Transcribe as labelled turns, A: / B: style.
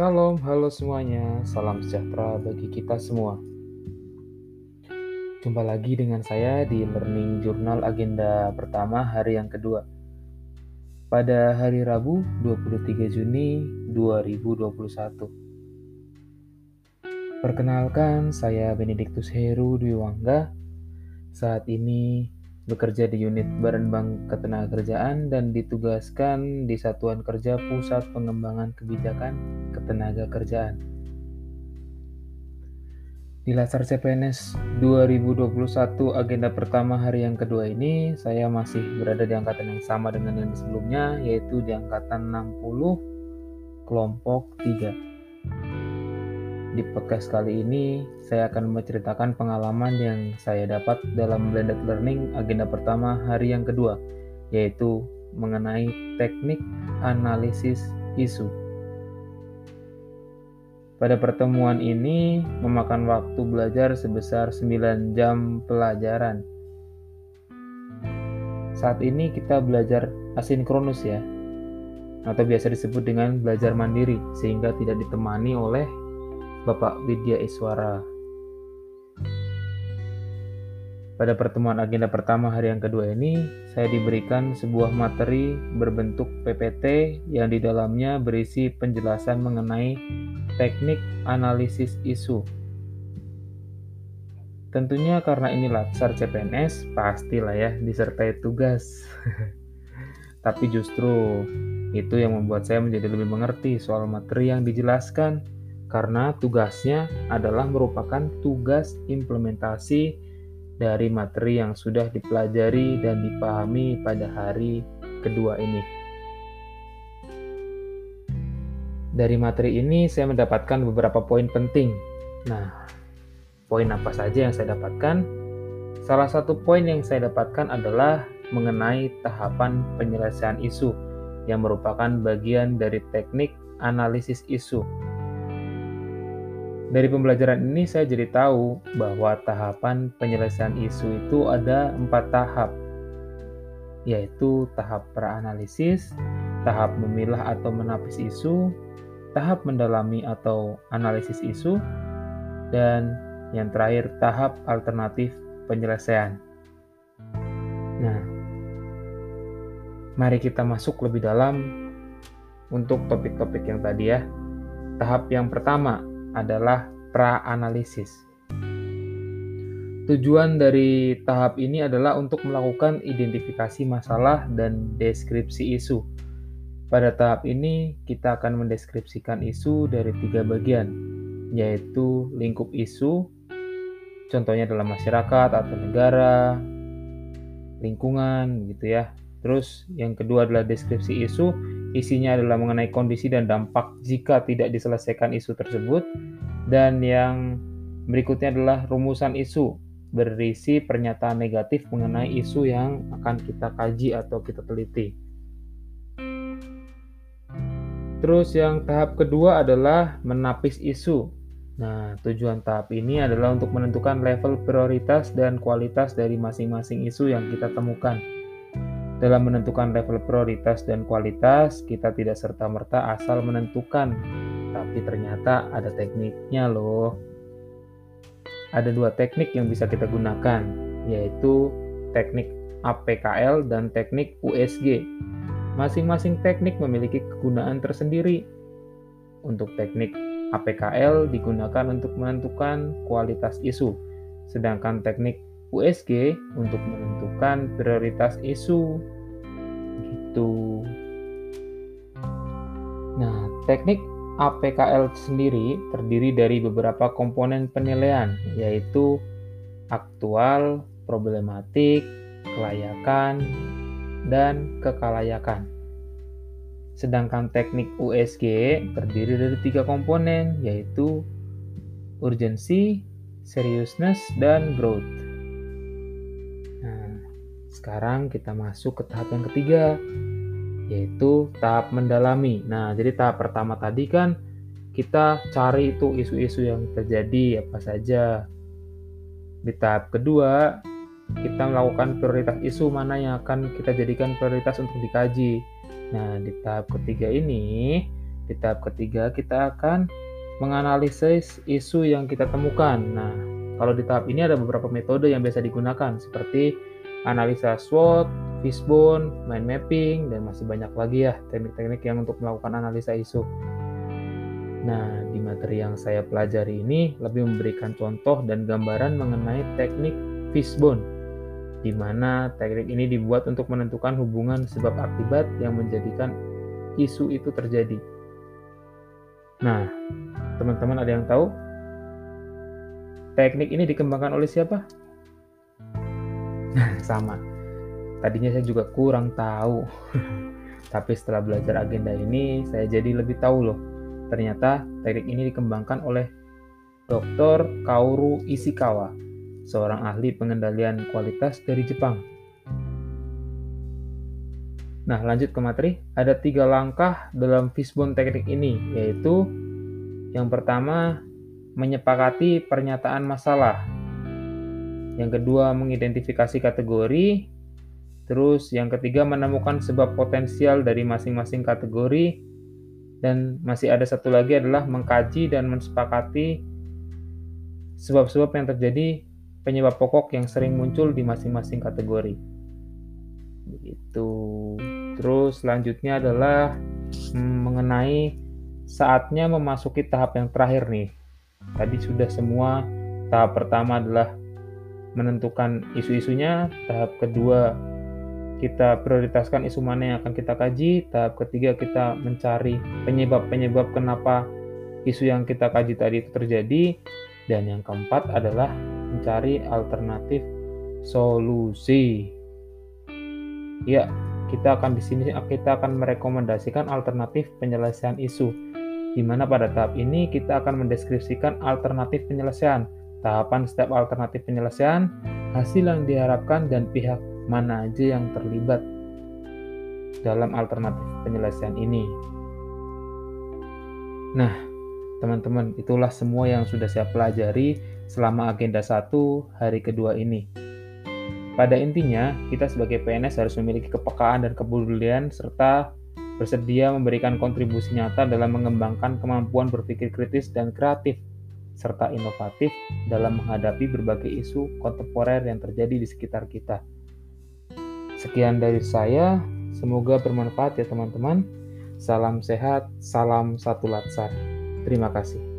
A: Salam, halo semuanya. Salam sejahtera bagi kita semua. Jumpa lagi dengan saya di Learning Journal agenda pertama hari yang kedua. Pada hari Rabu, 23 Juni 2021. Perkenalkan, saya Benediktus Heru Dwi Wangga. Saat ini bekerja di unit Badan Bank Ketenagakerjaan dan ditugaskan di Satuan Kerja Pusat Pengembangan Kebijakan Ketenagakerjaan. Di Latsar CPNS 2021 agenda pertama hari yang kedua ini, saya masih berada di angkatan yang sama dengan yang sebelumnya, yaitu di angkatan 60 kelompok 3. Di podcast kali ini, saya akan menceritakan pengalaman yang saya dapat dalam blended learning agenda pertama hari yang kedua, yaitu mengenai teknik analisis isu. Pada pertemuan ini memakan waktu belajar sebesar 9 jam pelajaran. Saat ini kita belajar asinkronus ya, atau biasa disebut dengan belajar mandiri, sehingga tidak ditemani oleh Bapak Widya Iswara. Pada pertemuan agenda pertama hari yang kedua ini, saya diberikan sebuah materi berbentuk PPT yang di dalamnya berisi penjelasan mengenai teknik analisis isu. Tentunya karena ini Latsar CPNS, pastilah ya disertai tugas. Tapi justru itu yang membuat saya menjadi lebih mengerti soal materi yang dijelaskan, karena tugasnya adalah merupakan tugas implementasi dari materi yang sudah dipelajari dan dipahami pada hari kedua ini. Dari materi ini saya mendapatkan beberapa poin penting. Nah, poin apa saja yang saya dapatkan? Salah satu poin yang saya dapatkan adalah mengenai tahapan penyelesaian isu yang merupakan bagian dari teknik analisis isu. Dari pembelajaran ini saya jadi tahu bahwa tahapan penyelesaian isu itu ada 4 tahap, yaitu tahap pra-analisis, tahap memilah atau menapis isu, tahap mendalami atau analisis isu, dan yang terakhir tahap alternatif penyelesaian. Nah, mari kita masuk lebih dalam untuk topik-topik yang tadi ya. Tahap yang pertama adalah pra-analisis. Tujuan dari tahap ini adalah untuk melakukan identifikasi masalah dan deskripsi isu. Pada tahap ini, kita akan mendeskripsikan isu dari 3 bagian, yaitu lingkup isu, contohnya dalam masyarakat atau negara, lingkungan gitu ya. Terus yang kedua adalah deskripsi isu, isinya adalah mengenai kondisi dan dampak jika tidak diselesaikan isu tersebut. Dan yang berikutnya adalah rumusan isu, berisi pernyataan negatif mengenai isu yang akan kita kaji atau kita teliti. Terus yang tahap kedua adalah menapis isu. Nah, tujuan tahap ini adalah untuk menentukan level prioritas dan kualitas dari masing-masing isu yang kita temukan. Dalam menentukan level prioritas dan kualitas, kita tidak serta-merta asal menentukan, tapi ternyata ada tekniknya loh. Ada 2 teknik yang bisa kita gunakan, yaitu teknik APKL dan teknik USG. Masing-masing teknik memiliki kegunaan tersendiri. Untuk teknik APKL digunakan untuk menentukan kualitas isu, sedangkan teknik USG untuk menentukan prioritas isu. Gitu. Nah, teknik APKL sendiri terdiri dari beberapa komponen penilaian, yaitu aktual, problematik, kelayakan, dan kekalayakan. Sedangkan teknik USG terdiri dari 3 komponen, yaitu urgency, seriousness, dan growth. Nah, sekarang kita masuk ke tahap yang ketiga, yaitu tahap mendalami. Nah, jadi tahap pertama tadi kan kita cari itu isu-isu yang terjadi apa saja. Di tahap kedua, kita melakukan prioritas isu mana yang akan kita jadikan prioritas untuk dikaji. Nah, di tahap ketiga ini Di tahap ketiga, kita akan menganalisis isu yang kita temukan. Nah, kalau di tahap ini ada beberapa metode yang biasa digunakan, seperti analisa SWOT, fishbone, mind mapping, dan masih banyak lagi ya teknik-teknik yang untuk melakukan analisa isu. Nah, di materi yang saya pelajari ini lebih memberikan contoh dan gambaran mengenai teknik fishbone, di mana teknik ini dibuat untuk menentukan hubungan sebab akibat yang menjadikan isu itu terjadi. Nah, teman-teman ada yang tahu? Teknik ini dikembangkan oleh siapa? Nah, sama. Tadinya saya juga kurang tahu. Tapi setelah belajar agenda ini, saya jadi lebih tahu loh. Ternyata teknik ini dikembangkan oleh Dr. Kaoru Ishikawa, seorang ahli pengendalian kualitas dari Jepang. Nah, lanjut ke materi. Ada 3 langkah dalam fishbone teknik ini, yaitu yang pertama, menyepakati pernyataan masalah. Yang kedua, mengidentifikasi kategori. Terus yang ketiga, menemukan sebab potensial dari masing-masing kategori. Dan masih ada satu lagi adalah mengkaji dan mensepakati sebab-sebab yang terjadi, penyebab pokok yang sering muncul di masing-masing kategori. Begitu. Terus selanjutnya adalah mengenai saatnya memasuki tahap yang terakhir nih. Tadi sudah semua. Tahap pertama adalah menentukan isu-isunya. Tahap kedua, kita prioritaskan isu mana yang akan kita kaji. Tahap ketiga, kita mencari penyebab-penyebab kenapa isu yang kita kaji tadi itu terjadi. Dan yang keempat adalah mencari alternatif solusi. Ya, kita akan merekomendasikan alternatif penyelesaian isu, di mana pada tahap ini kita akan mendeskripsikan alternatif penyelesaian, tahapan setiap alternatif penyelesaian, hasil yang diharapkan, dan pihak mana aja yang terlibat dalam alternatif penyelesaian ini. Nah, teman-teman, itulah semua yang sudah saya pelajari selama agenda 1 hari kedua ini. Pada intinya, kita sebagai PNS harus memiliki kepekaan dan kepedulian serta bersedia memberikan kontribusi nyata dalam mengembangkan kemampuan berpikir kritis dan kreatif serta inovatif dalam menghadapi berbagai isu kontemporer yang terjadi di sekitar kita. Sekian dari saya, semoga bermanfaat ya teman-teman. Salam sehat, salam satu latsar. Terima kasih.